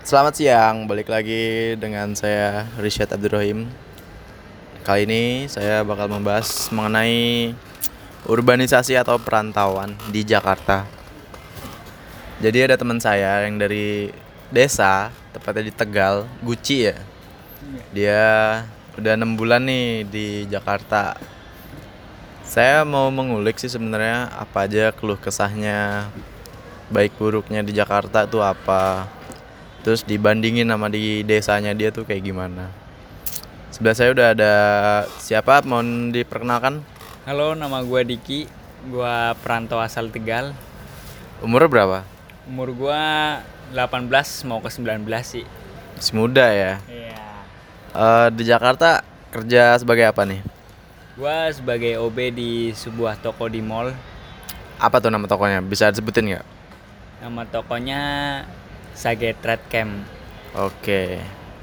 Selamat siang, balik lagi dengan saya Risyad Abdurrahim. Kali ini saya bakal membahas mengenai urbanisasi atau perantauan di Jakarta. Jadi ada teman saya yang dari desa, tepatnya di Tegal, Guci ya. Dia udah 6 bulan nih di Jakarta. Saya mau mengulik sih sebenarnya apa aja keluh kesahnya, baik buruknya di Jakarta tuh apa. Terus dibandingin sama di desanya dia tuh kayak gimana. Sebelah saya udah ada siapa, mohon diperkenalkan. Halo, nama gue Diki. Gue perantau asal Tegal. Umurnya berapa? Umur gue 18 mau ke 19 sih. Masih muda ya. Iya. Di Jakarta kerja sebagai apa nih? Gue sebagai OB di sebuah toko di mall. Apa tuh nama tokonya? Bisa disebutin nggak? Nama tokonya Sage Trade Camp. Oke.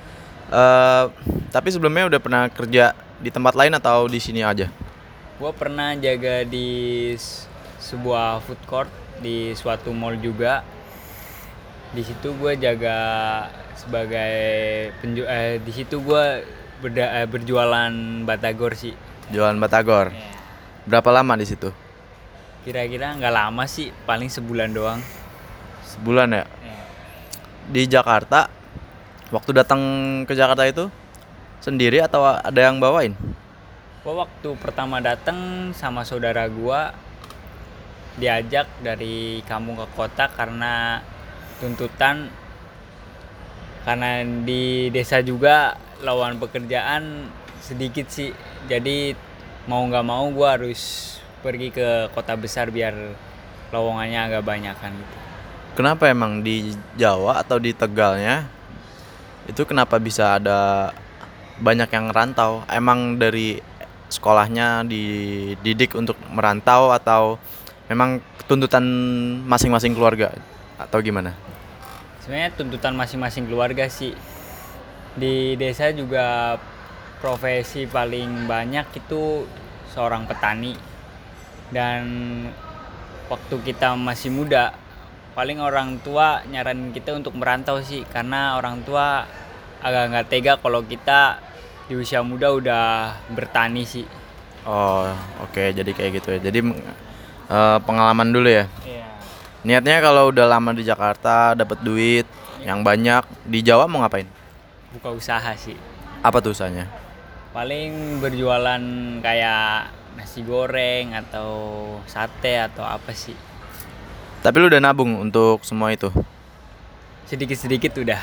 Tapi sebelumnya udah pernah kerja di tempat lain atau di sini aja? Gue pernah jaga di sebuah food court di suatu mall juga. Di situ gue jaga sebagai di situ gue berjualan batagor sih. Jualan batagor. Iya. Berapa lama di situ? Kira-kira nggak lama sih, paling sebulan doang. Sebulan ya. Iya. Di Jakarta, waktu datang ke Jakarta itu sendiri atau ada yang bawain? Gua waktu pertama datang sama saudara gua diajak dari kampung ke kota karena tuntutan, karena di desa juga lowongan pekerjaan sedikit sih. Jadi mau nggak mau gua harus pergi ke kota besar biar lowongannya agak banyakan gitu. Kenapa emang di Jawa atau di Tegalnya itu kenapa bisa ada banyak yang ngerantau? Emang dari sekolahnya dididik untuk merantau atau memang tuntutan masing-masing keluarga atau gimana? Sebenarnya tuntutan masing-masing keluarga sih. Di desa juga profesi paling banyak itu seorang petani. Dan waktu kita masih muda, paling orang tua nyaranin kita untuk merantau sih, karena orang tua agak nggak tega kalau kita di usia muda udah bertani sih. Oh, oke, jadi kayak gitu ya. Jadi pengalaman dulu ya. Iya. Niatnya kalau udah lama di Jakarta dapat duit yang banyak, di Jawa mau ngapain? Buka usaha sih. Apa tuh usahanya? Paling berjualan kayak nasi goreng atau sate atau apa sih. Tapi lu udah nabung untuk semua itu? Sedikit-sedikit udah.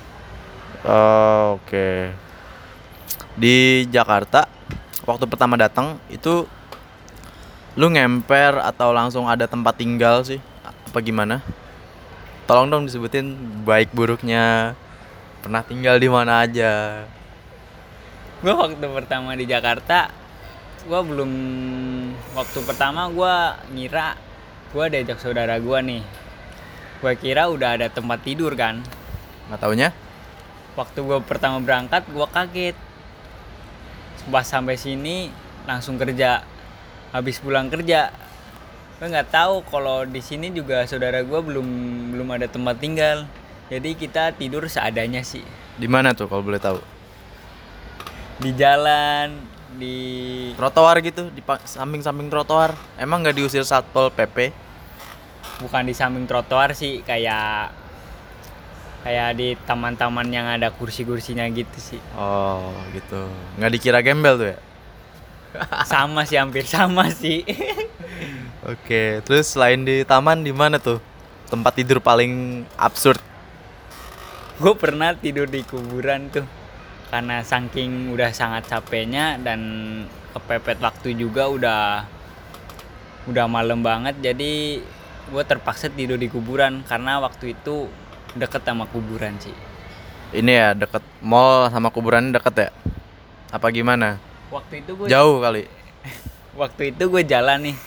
Oh, oke. Di Jakarta waktu pertama datang itu lu ngemper atau langsung ada tempat tinggal sih? Apa gimana? Tolong dong disebutin baik buruknya. Pernah tinggal di mana aja? Gue waktu pertama di Jakarta, gue belum waktu pertama gue ngira gue diajak saudara gue nih. Gue kira udah ada tempat tidur kan. Nggak taunya? Waktu gue pertama berangkat, gue kaget. Pas sampai sini langsung kerja. Habis pulang kerja, gue nggak tahu kalau di sini juga saudara gue belum ada tempat tinggal. Jadi kita tidur seadanya sih. Di mana tuh kalau boleh tahu? Di jalan, di Trotoar gitu, di samping-samping trotoar. Emang nggak diusir Satpol PP? bukan di samping trotoar sih, kayak di taman-taman yang ada kursi-kursinya gitu sih. Oh, gitu. Nggak dikira gembel tuh ya? Sama sih, hampir sama sih. Oke, terus selain di taman di mana tuh? Tempat tidur paling absurd. Gue pernah tidur di kuburan tuh karena saking udah sangat capeknya dan kepepet waktu juga, udah malam banget. Jadi gue terpaksa tidur di kuburan karena waktu itu deket sama kuburan sih. Ini ya deket mall sama kuburan deket ya? Apa gimana? Waktu itu gue Jauh kali. jalan nih,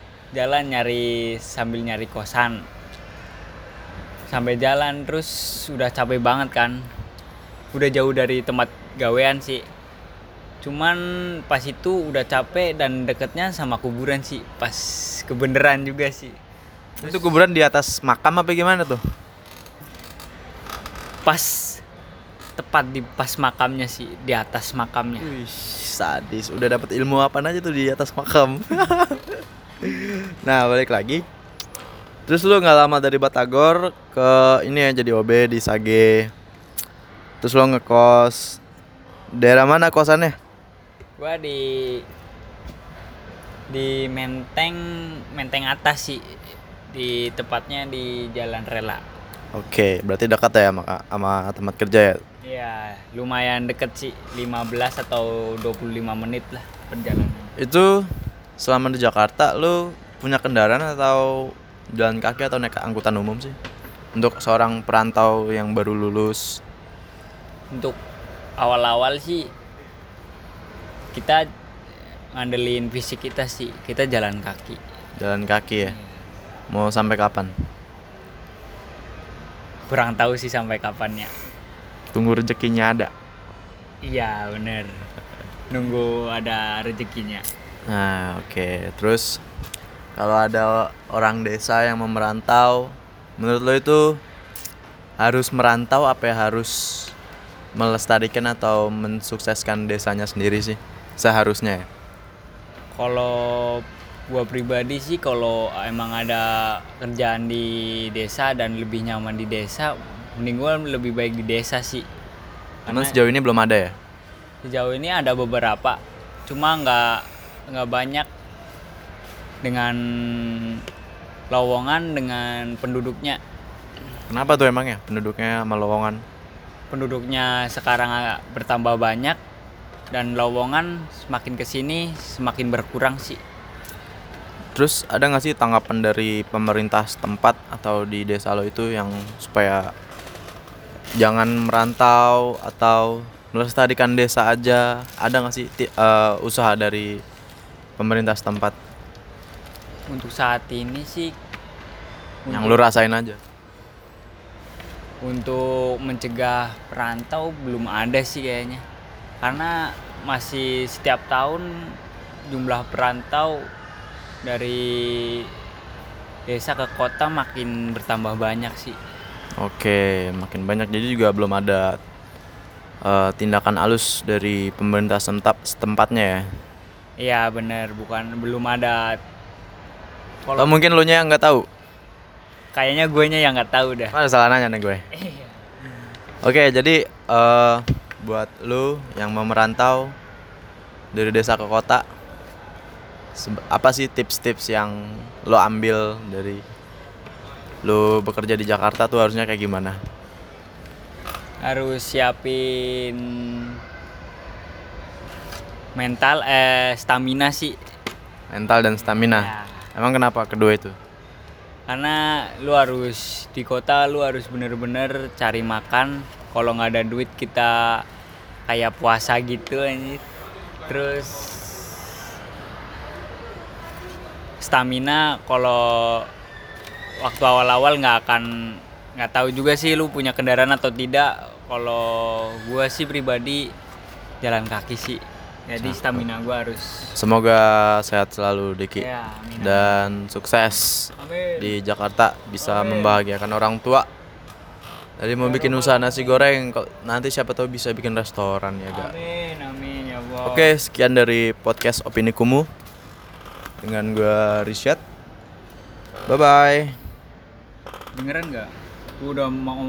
sambil nyari kosan. Sampai jalan terus udah capek banget kan, udah jauh dari tempat gawean sih. Cuman pas itu udah capek dan deketnya sama kuburan sih, pas kebeneran juga sih. Itu kuburan di atas makam apa gimana tuh? tepat di pas makamnya sih, di atas makamnya. Wih, sadis. Udah dapat ilmu apa aja tuh di atas makam. Nah, balik lagi. Terus lu nggak lama dari Batagor ke ini ya jadi OB di Sage. Terus lu ngekos daerah mana kosannya? Gua di Menteng atas sih, di tepatnya di Jalan Rela. Oke, berarti dekat ya sama tempat kerja ya. Iya, lumayan deket sih, 15 atau 25 menit lah perjalanan. Itu selama di Jakarta lu punya kendaraan atau jalan kaki atau naik angkutan umum sih? Untuk seorang perantau yang baru lulus. Untuk awal-awal sih kita ngandelin fisik kita sih, kita jalan kaki. Jalan kaki ya. Mau sampai kapan? Kurang tahu sih sampai kapannya. Tunggu rezekinya ada. Iya bener, nunggu ada rezekinya. Nah, oke. Terus kalau ada orang desa yang mau merantau, menurut lo itu harus merantau apa ya, harus melestarikan atau mensukseskan desanya sendiri sih seharusnya ya? Kalau gua pribadi sih, kalau emang ada kerjaan di desa dan lebih nyaman di desa, mending gua lebih baik di desa sih. Emang sejauh ini belum ada ya? Sejauh ini ada beberapa, cuma nggak banyak dengan lowongan dengan penduduknya. Kenapa tuh emang ya penduduknya sama lowongan? Penduduknya sekarang agak bertambah banyak dan lowongan semakin kesini semakin berkurang sih. Terus ada nggak sih tanggapan dari pemerintah setempat atau di desa lo itu yang supaya jangan merantau atau melestarikan desa aja? Ada nggak sih usaha dari pemerintah setempat Untuk saat ini sih yang lo rasain aja? untuk mencegah perantau belum ada sih kayaknya, karena masih setiap tahun jumlah perantau dari desa ke kota makin bertambah banyak sih. Oke, makin banyak, jadi juga belum ada tindakan halus dari pemerintah setempatnya ya. Iya bener, belum ada. Atau mungkin lo nya nggak tahu? Kayaknya guenya yang nggak tahu dah. Mana salah nanya nih gue. Oke, jadi buat lu yang mau merantau dari desa ke kota, apa sih tips-tips yang lo ambil dari lo bekerja di Jakarta tuh harusnya kayak gimana? Harus siapin mental, stamina sih. Mental dan stamina. Ya. Emang kenapa kedua itu? Karena lu harus di kota, lu harus bener-bener cari makan. Kalau nggak ada duit kita kayak puasa gitu anjir. Terus stamina, kalau waktu awal-awal nggak tahu juga sih lu punya kendaraan atau tidak. Kalau gua sih pribadi jalan kaki sih. Jadi stamina gua harus. Semoga sehat selalu Diki. Ya, amin. Dan sukses Amin. di Jakarta, bisa membahagiakan orang tua. Tadi mau bikin usaha nasi goreng, nanti siapa tahu bisa bikin restoran ya gak? Amin, amin ya Allah. Oke, sekian dari podcast Opini Kumu dengan gue Rishad. Bye bye. Beneran nggak? Gua udah mau